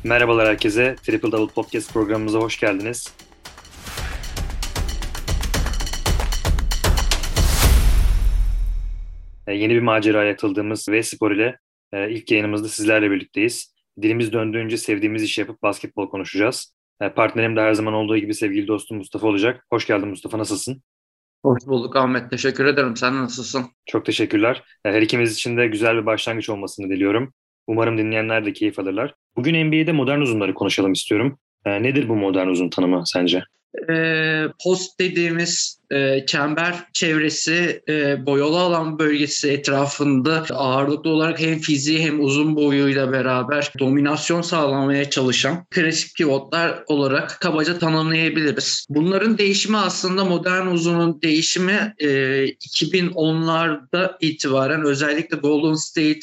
Merhabalar herkese. Triple Double Podcast programımıza hoş geldiniz. Yeni bir maceraya atıldığımız V-Spor ile ilk yayınımızda sizlerle birlikteyiz. Dilimiz döndüğünce sevdiğimiz işi yapıp basketbol konuşacağız. Partnerim de her zaman olduğu gibi sevgili dostum Mustafa olacak. Hoş geldin Mustafa, nasılsın? Hoş bulduk Ahmet. Teşekkür ederim. Sen nasılsın? Çok teşekkürler. Her ikimiz için de güzel bir başlangıç olmasını diliyorum. Umarım dinleyenler de keyif alırlar. Bugün NBA'de modern uzunları konuşalım istiyorum. Nedir bu modern uzun tanımı sence? Post dediğimiz çember çevresi boyalı alan bölgesi etrafında ağırlıklı olarak hem fiziği hem uzun boyuyla beraber dominasyon sağlamaya çalışan klasik pivotlar olarak kabaca tanımlayabiliriz. Bunların değişimi aslında modern uzunun değişimi 2010'larda itibaren özellikle Golden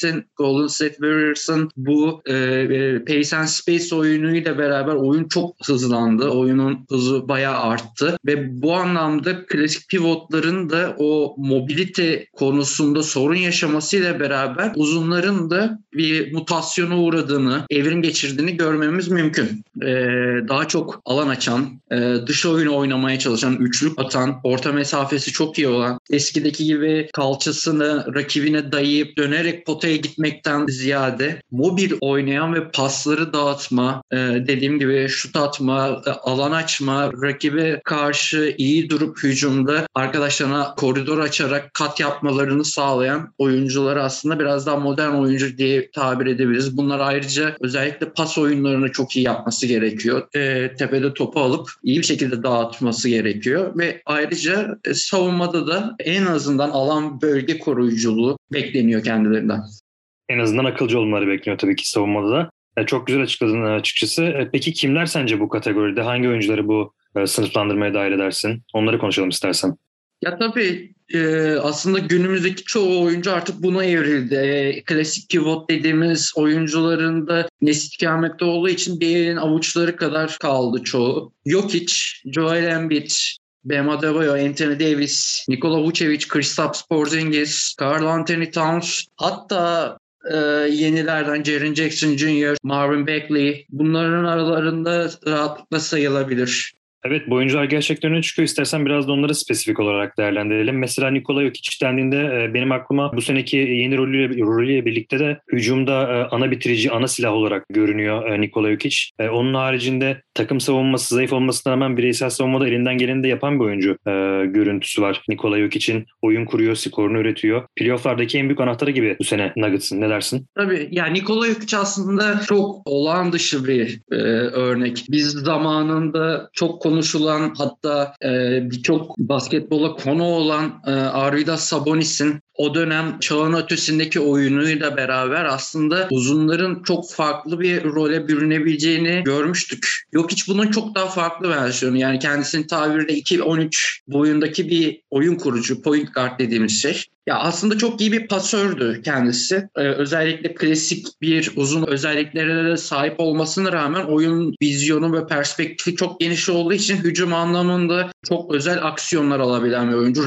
State Warriors'ın bu Pace and Space oyunuyla beraber oyun çok hızlandı. Oyunun hızı bayağı arttı ve bu anlamda klasik pivotların da o mobilite konusunda sorun yaşamasıyla beraber uzunların da bir mutasyona uğradığını, evrim geçirdiğini görmemiz mümkün. Daha çok alan açan, dış oyunu oynamaya çalışan, üçlük atan, orta mesafesi çok iyi olan, eskideki gibi kalçasını rakibine dayayıp dönerek potaya gitmekten ziyade mobil oynayan ve pasları dağıtma, dediğim gibi şut atma, alan açma, rakibe karşı iyi durup hücumda arkadaşlarına koridor açarak kat yapmalarını sağlayan oyuncuları aslında biraz daha modern oyuncu diye tabir edebiliriz. Bunlar ayrıca özellikle pas oyunlarını çok iyi yapması gerekiyor. Tepede topu alıp iyi bir şekilde dağıtması gerekiyor ve ayrıca savunmada da en azından alan bölge koruyuculuğu bekleniyor kendilerinden. En azından akılcı olmaları bekleniyor tabii ki savunmada da. Çok güzel açıkladın açıkçası. Peki kimler sence bu kategoride? Hangi oyuncuları bu sınıflandırmaya dahil edersin? Onları konuşalım istersen. Ya tabii aslında günümüzdeki çoğu oyuncu artık buna evrildi. Klasik pivot dediğimiz oyuncuların da nesli tükenmekte olduğu için bir elin avuçları kadar kaldı çoğu. Jokic, Joel Embiid, Bam Adebayo, Anthony Davis, Nikola Vucevic, Kristaps Porzingis, Karl Anthony Towns, hatta yenilerden Jaren Jackson Jr., Marvin Bagley, bunların aralarında rahatlıkla sayılabilir. Evet, bu oyuncular gerçekten öne çıkıyor. İstersen biraz da onları spesifik olarak değerlendirelim. Mesela Nikola Jokic dendiğinde benim aklıma bu seneki yeni rolüyle birlikte de hücumda ana bitirici, ana silah olarak görünüyor Nikola Jokic. Onun haricinde takım savunması zayıf olmasına rağmen bireysel savunmada elinden geleni de yapan bir oyuncu görüntüsü var. Nikola Jokic'in oyun kuruyor, skorunu üretiyor. Playoff'lardaki en büyük anahtarı gibi bu sene Nuggets'ın. Ne dersin? Tabii yani Nikola Jokic aslında çok olağan dışı bir örnek. Biz zamanında çok konuşulan, hatta birçok basketbola konu olan Arvydas Sabonis'in o dönem çağın ötesindeki oyunuyla beraber aslında uzunların çok farklı bir role bürünebileceğini görmüştük. Jokic bunun çok daha farklı versiyonu. Yani kendisinin tabiriyle 2-13 boyundaki bir oyun kurucu, point guard dediğimiz şey. Ya aslında çok iyi bir pasördü kendisi. Özellikle klasik bir uzun özelliklere de sahip olmasına rağmen oyun vizyonu ve perspektifi çok geniş olduğu için hücum anlamında çok özel aksiyonlar alabilen bir oyuncu.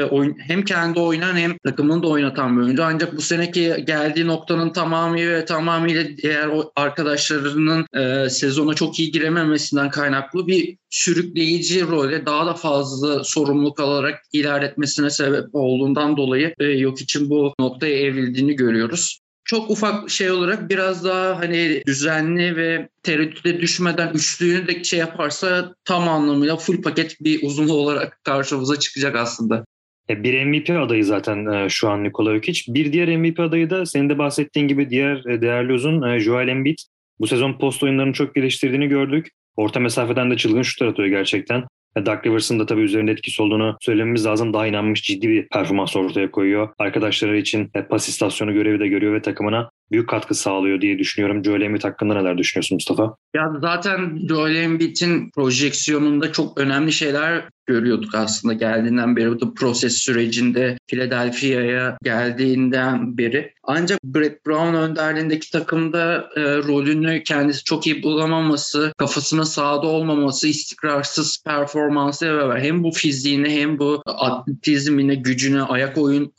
Hem kendi oynayan hem takımını da oynatan bir oyuncu. Ancak bu seneki geldiği noktanın tamamıyla diğer arkadaşlarının sezona çok iyi girememesinden kaynaklı bir sürükleyici role daha da fazla sorumluluk alarak ilerletmesine sebep olduğundan dolayı Jokic'in bu noktaya evrildiğini görüyoruz. Çok ufak şey olarak biraz daha hani düzenli ve tereddüte düşmeden üçlüğünü de yaparsa tam anlamıyla full paket bir uzunlu olarak karşımıza çıkacak aslında. Bir MVP adayı zaten şu an Nikola Jokic. Bir diğer MVP adayı da senin de bahsettiğin gibi diğer değerli uzun Joel Embiid. Bu sezon post oyunlarını çok geliştirdiğini gördük. Orta mesafeden de çılgın şutlar atıyor gerçekten. Doug Rivers'ın da tabii üzerinde etkisi olduğunu söylememiz lazım. Daha inanmış, ciddi bir performans ortaya koyuyor. Arkadaşları için pas istasyonu görevi de görüyor ve takımına büyük katkı sağlıyor diye düşünüyorum. Joel Embiid hakkında neler düşünüyorsun Mustafa? Ya zaten Joel Embiid'in projeksiyonunda çok önemli şeyler görüyorduk aslında geldiğinden beri. Bu da proses sürecinde Philadelphia'ya geldiğinden beri. Ancak Brett Brown önderliğindeki takımda rolünü kendisi çok iyi bulamaması, kafasının sahada olmaması, istikrarsız performansıyla beraber hem bu fiziğine hem bu atletizmine, gücüne, ayak oyun,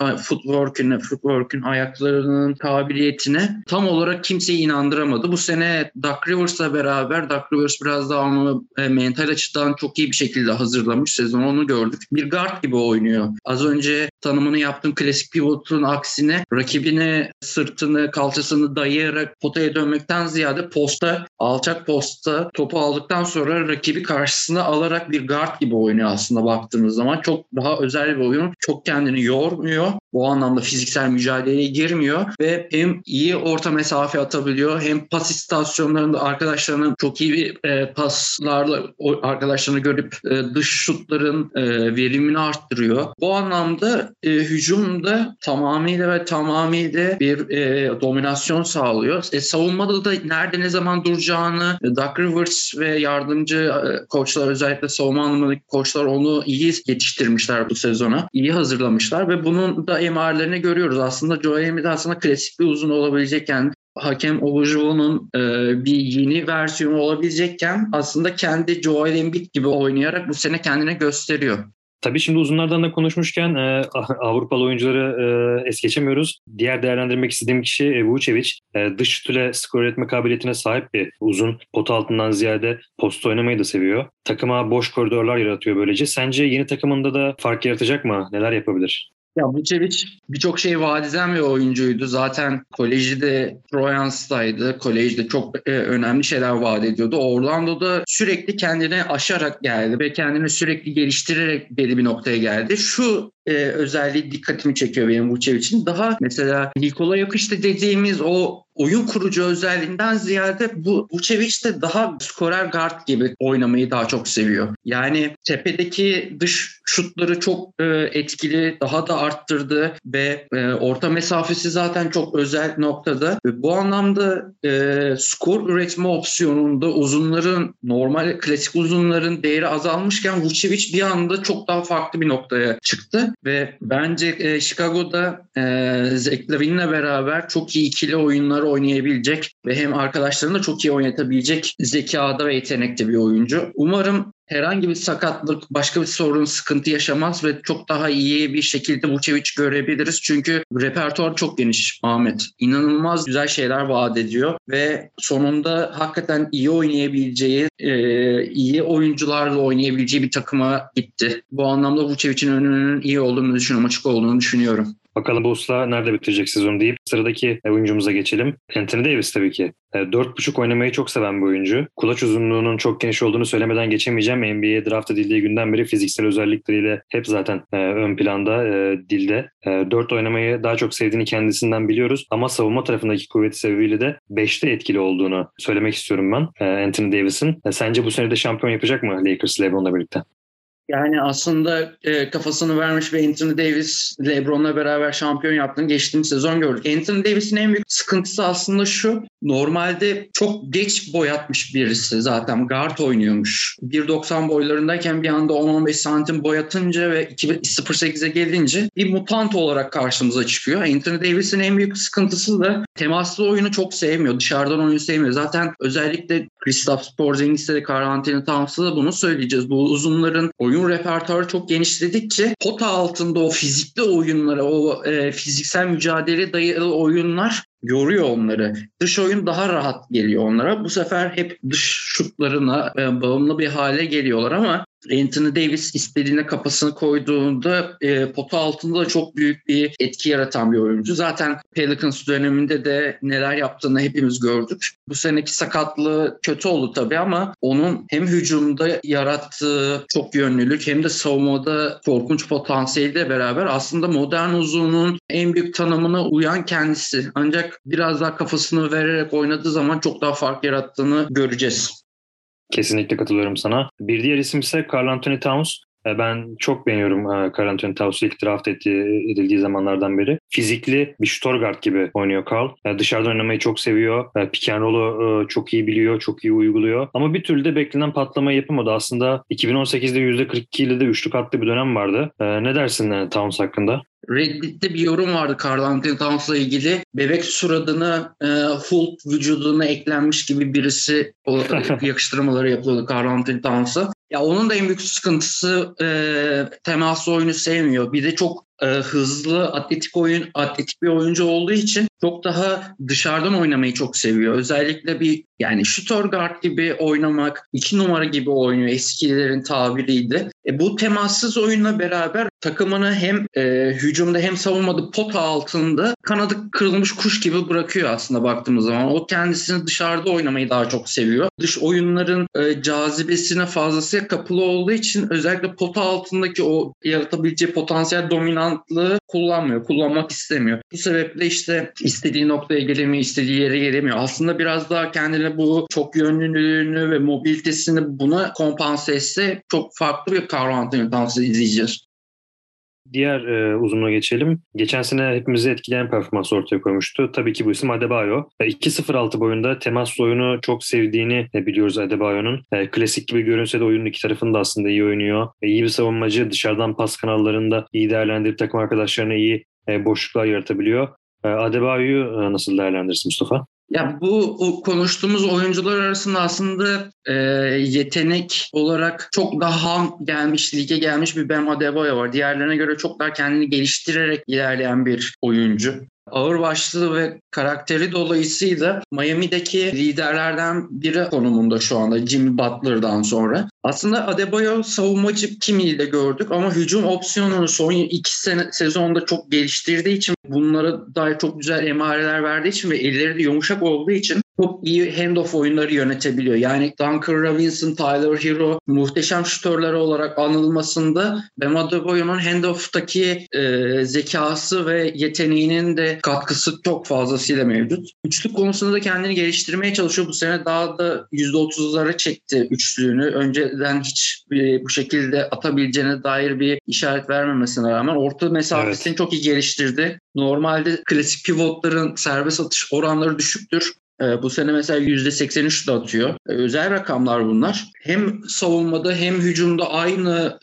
footwork'ün ayaklarının kabiliyetine tam olarak kimseyi inandıramadı. Bu sene Doc Rivers'la beraber, Doc Rivers biraz daha onu mental açıdan çok iyi bir şekilde hazırlamış sezon, onu gördük. Bir guard gibi oynuyor. Az önce tanımını yaptığım klasik pivotun aksine rakibine sırtını, kalçasını dayayarak potaya dönmekten ziyade alçak posta topu aldıktan sonra rakibi karşısına alarak bir guard gibi oynuyor aslında baktığımız zaman. Çok daha özel bir oyun. Çok kendini yormuyor. Bu anlamda fiziksel mücadeleye girmiyor ve hem iyi orta mesafe atabiliyor hem pas istasyonlarında arkadaşlarının çok iyi bir paslarla arkadaşlarını görüp dış şutların verimini arttırıyor. Bu anlamda hücumda tamamıyla bir dominasyon sağlıyor. Savunmada da nerede ne zaman duracağını Doc Rivers ve yardımcı koçlar, özellikle savunma anlamındaki koçlar onu iyi yetiştirmişler bu sezona. İyi hazırlamışlar ve bunun da emarelerini görüyoruz. Aslında Joel Embiid aslında klasik bir uzun olabilecekken, Hakem Olajuwon'un bir yeni versiyonu olabilecekken aslında kendi Joel Embiid gibi oynayarak bu sene kendini gösteriyor. Tabii şimdi uzunlardan da konuşmuşken Avrupalı oyuncuları es geçemiyoruz. Diğer değerlendirmek istediğim kişi Vučević. Dış şutuyla skor üretme kabiliyetine sahip bir uzun. Pota altından ziyade post oynamayı da seviyor. Takıma boş koridorlar yaratıyor böylece. Sence yeni takımında da fark yaratacak mı? Neler yapabilir? Ya Vučević birçok şey vaat eden bir oyuncuydu. Zaten kolejde Trojans'taydı. Kolejde çok önemli şeyler vaat ediyordu. Orlando'da sürekli kendini aşarak geldi ve kendini sürekli geliştirerek belli bir noktaya geldi. Şu özelliği dikkatimi çekiyor benim Vučević'in. Daha mesela Nikola Jokic dediğimiz o oyun kurucu özelliğinden ziyade bu Vučević de daha skorer guard gibi oynamayı daha çok seviyor. Yani tepedeki dış şutları çok etkili, daha da arttırdı ve orta mesafesi zaten çok özel noktada. Ve bu anlamda skor üretme opsiyonunda uzunların, normal klasik uzunların değeri azalmışken Vučević bir anda çok daha farklı bir noktaya çıktı. Ve bence Chicago'da Zach LaVine'le beraber çok iyi ikili oyunlar oynayabilecek ve hem arkadaşlarını da çok iyi oynatabilecek zekada ve yetenekte bir oyuncu. Umarım herhangi bir sakatlık, başka bir sorun, sıkıntı yaşamaz ve çok daha iyi bir şekilde Vučević görebiliriz. Çünkü repertuar çok geniş Ahmet. İnanılmaz güzel şeyler vaat ediyor ve sonunda hakikaten iyi oynayabileceği, iyi oyuncularla oynayabileceği bir takıma gitti. Bu anlamda Vučević'in önünün iyi olduğunu düşünüyorum, açık olduğunu düşünüyorum. Bakalım Bulls'la nerede bitirecek sezonu deyip sıradaki oyuncumuza geçelim. Anthony Davis tabii ki. 4.5 oynamayı çok seven bir oyuncu. Kulaç uzunluğunun çok geniş olduğunu söylemeden geçemeyeceğim. NBA'ye draft edildiği günden beri fiziksel özellikleriyle hep zaten ön planda, dilde. 4 oynamayı daha çok sevdiğini kendisinden biliyoruz. Ama savunma tarafındaki kuvveti sebebiyle de 5'te etkili olduğunu söylemek istiyorum ben Anthony Davis'in. Sence bu sene de şampiyon yapacak mı Lakers LeBron'la birlikte? Yani aslında kafasını vermiş ve Anthony Davis LeBron'la beraber şampiyon yaptığını geçtiğimiz sezon gördük. Anthony Davis'in en büyük sıkıntısı aslında şu. Normalde çok geç boyatmış birisi, zaten guard oynuyormuş. 1.90 boylarındayken bir anda 10-15 santim boyatınca ve 2.08'e gelince bir mutant olarak karşımıza çıkıyor. Anthony Davis'in en büyük sıkıntısı da temaslı oyunu çok sevmiyor. Dışarıdan oyunu sevmiyor. Zaten özellikle Kristaps Porzingis'te de Karl-Anthony Towns'ta da bunu söyleyeceğiz. Bu uzunların oyun repertuarı çok genişledikçe pota altında o fizikli oyunlara, o fiziksel mücadele dayalı oyunlar yoruyor onları. Dış oyun daha rahat geliyor onlara. Bu sefer hep dış şutlarına bağımlı bir hale geliyorlar ama Anthony Davis istediğine kafasını koyduğunda pota altında da çok büyük bir etki yaratan bir oyuncu. Zaten Pelicans döneminde de neler yaptığını hepimiz gördük. Bu seneki sakatlığı kötü oldu tabii ama onun hem hücumda yarattığı çok yönlülük hem de savunmada korkunç potansiyeliyle beraber aslında modern uzunluğun en büyük tanımına uyan kendisi. Ancak biraz daha kafasını vererek oynadığı zaman çok daha fark yarattığını göreceğiz. Kesinlikle katılıyorum sana. Bir diğer isim ise Karl-Anthony Towns. Ben çok beğeniyorum Karl Anthony Towns'u ilk draft edildiği zamanlardan beri. Fizikli bir shooting guard gibi oynuyor Karl. Dışarıda oynamayı çok seviyor. Pick and roll'u çok iyi biliyor, çok iyi uyguluyor. Ama bir türlü de beklenen patlamayı yapamadı. Aslında 2018'de %42 ile de üçlük attığı bir dönem vardı. Ne dersin Towns hakkında? Reddit'te bir yorum vardı Karl Anthony Towns'la ilgili. Bebek suratını Hulk vücuduna eklenmiş gibi birisi yakıştırmaları yapıyordu Karl Anthony Towns'a. Ya onun da en büyük sıkıntısı temaslı oyunu sevmiyor. Bir de çok hızlı, atletik bir oyuncu olduğu için çok daha dışarıdan oynamayı çok seviyor. Özellikle yani shooter guard gibi oynamak, 2 numara gibi oynuyor eskilerin tabiriydi. Bu temassız oyunla beraber takımını hem hücumda hem savunmada pota altında kanadı kırılmış kuş gibi bırakıyor aslında baktığımız zaman. O kendisini dışarıda oynamayı daha çok seviyor. Dış oyunların cazibesine fazlasıyla kapılı olduğu için özellikle pota altındaki o yaratabileceği potansiyel dominantlığı kullanmak istemiyor. Bu sebeple işte istediği noktaya gelemiyor, istediği yere gelemiyor. Aslında biraz daha kendine bu çok yönlülüğünü ve mobilitesini buna kompanse etse çok farklı bir Karl Anthony Towns'ı izleyeceğiz. Diğer uzunluğa geçelim. Geçen sene hepimizi etkileyen performans ortaya koymuştu. Tabii ki bu isim Adebayo. 2.06 boyunda temas oyunu çok sevdiğini biliyoruz Adebayo'nun. Klasik gibi görünse de oyunun iki tarafını da aslında iyi oynuyor. İyi bir savunmacı, dışarıdan pas kanallarında iyi değerlendirip takım arkadaşlarına iyi boşluklar yaratabiliyor. Adebayo'yu nasıl değerlendirirsin Mustafa? Ya bu konuştuğumuz oyuncular arasında aslında yetenek olarak çok daha ham gelmiş, lige gelmiş bir Bam Adebayo var. Diğerlerine göre çok daha kendini geliştirerek ilerleyen bir oyuncu. Ağırbaşlı ve karakteri dolayısıyla Miami'deki liderlerden biri konumunda şu anda Jimmy Butler'dan sonra. Aslında Adebayo savunmacı kimliğiyle gördük ama hücum opsiyonunu son 2 sezonda çok geliştirdiği için, bunlara dair çok güzel emareler verdiği için ve elleri de yumuşak olduğu için çok iyi handoff oyunları yönetebiliyor. Yani Duncan Robinson, Tyler Hero muhteşem şutörler olarak anılmasında Bam Adebayo'nun handoff'taki zekası ve yeteneğinin de katkısı çok fazlasıyla mevcut. Üçlük konusunda da kendini geliştirmeye çalışıyor. Bu sene daha da %30'lara çekti üçlüğünü. Önceden hiç bu şekilde atabileceğine dair bir işaret vermemesine rağmen orta mesafesini çok iyi geliştirdi. Normalde klasik pivotların serbest atış oranları düşüktür. Bu sene mesela %83 de atıyor. Özel rakamlar bunlar. Hem savunmada hem hücumda aynı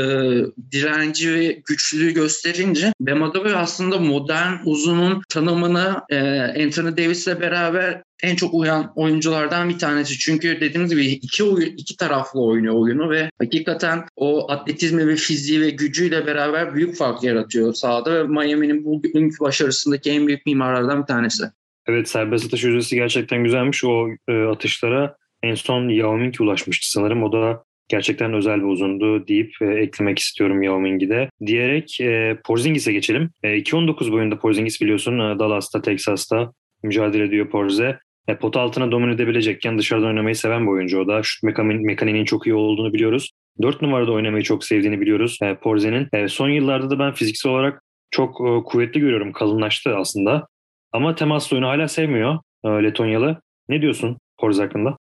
direnci ve güçlüğü gösterince Bam Adebayo aslında modern uzunun tanımına Anthony Davis'le beraber en çok uyan oyunculardan bir tanesi. Çünkü dediğimiz gibi iki taraflı oynuyor oyunu ve hakikaten o atletizmi ve fiziği ve gücüyle beraber büyük fark yaratıyor sahada ve Miami'nin bugünkü başarısındaki en büyük mimarlardan bir tanesi. Evet, serbest atış yüzdesi gerçekten güzelmiş. O atışlara en son Yao Ming ulaşmıştı sanırım. O da gerçekten özel bir uzundu deyip eklemek istiyorum Yao Ming'i de. Diyerek Porzingis'e geçelim. 2.19 boyunda Porzingis biliyorsun Dallas'ta, Texas'ta mücadele ediyor Porze. Pot altına domine edebilecekken dışarıdan oynamayı seven bir oyuncu o da. Şut mekaniğinin çok iyi olduğunu biliyoruz. 4 numarada oynamayı çok sevdiğini biliyoruz Porze'nin. Son yıllarda da ben fiziksel olarak çok kuvvetli görüyorum. Kalınlaştı aslında. Ama temaslı oyunu hala sevmiyor Letonyalı. Ne diyorsun Porze hakkında?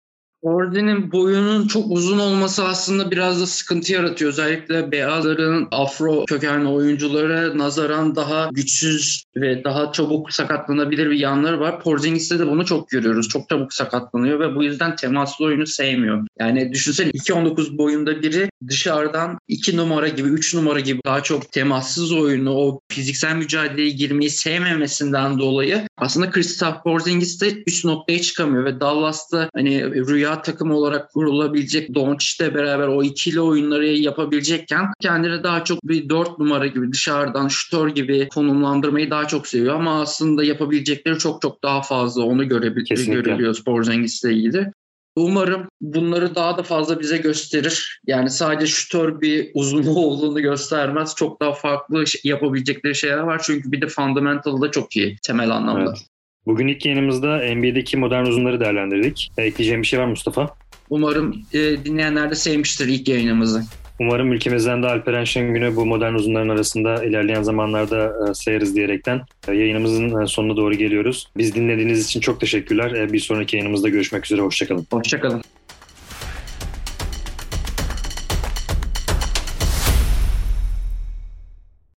Porze'nin boyunun çok uzun olması aslında biraz da sıkıntı yaratıyor. Özellikle beyazların Afro kökenli oyunculara nazaran daha güçsüz ve daha çabuk sakatlanabilir bir yanları var. Porzingis'te de bunu çok görüyoruz. Çok çabuk sakatlanıyor ve bu yüzden temaslı oyunu sevmiyor. Yani düşünsene 2.19 boyunda biri dışarıdan 2 numara gibi, 3 numara gibi daha çok temassız oyunu, o fiziksel mücadeleye girmeyi sevmemesinden dolayı aslında Kristaps Porzingis de üst noktaya çıkamıyor ve Dallas'ta hani rüya takım olarak kurulabilecek Doncic'le beraber o ikili oyunları yapabilecekken kendini daha çok bir 4 numara gibi dışarıdan şutör gibi konumlandırmayı daha çok seviyor ama aslında yapabilecekleri çok çok daha fazla, onu görebiliyoruz Porzingis'le ilgili. Umarım bunları daha da fazla bize gösterir. Yani sadece şutör bir uzunluğu olduğunu göstermez. Çok daha farklı yapabilecekleri şeyler var. Çünkü bir de fundamental da çok iyi temel anlamda. Evet. Bugün ilk yayınımızda NBA'deki modern uzunları değerlendirdik. Ekleyeceğim bir şey var mı Mustafa? Umarım dinleyenler de sevmiştir ilk yayınımızı. Umarım ülkemizden de Alperen Şengün'ü bu modern uzunların arasında ilerleyen zamanlarda sayarız diyerekten yayınımızın sonuna doğru geliyoruz. Biz dinlediğiniz için çok teşekkürler. Bir sonraki yayınımızda görüşmek üzere. Hoşçakalın. Hoşçakalın.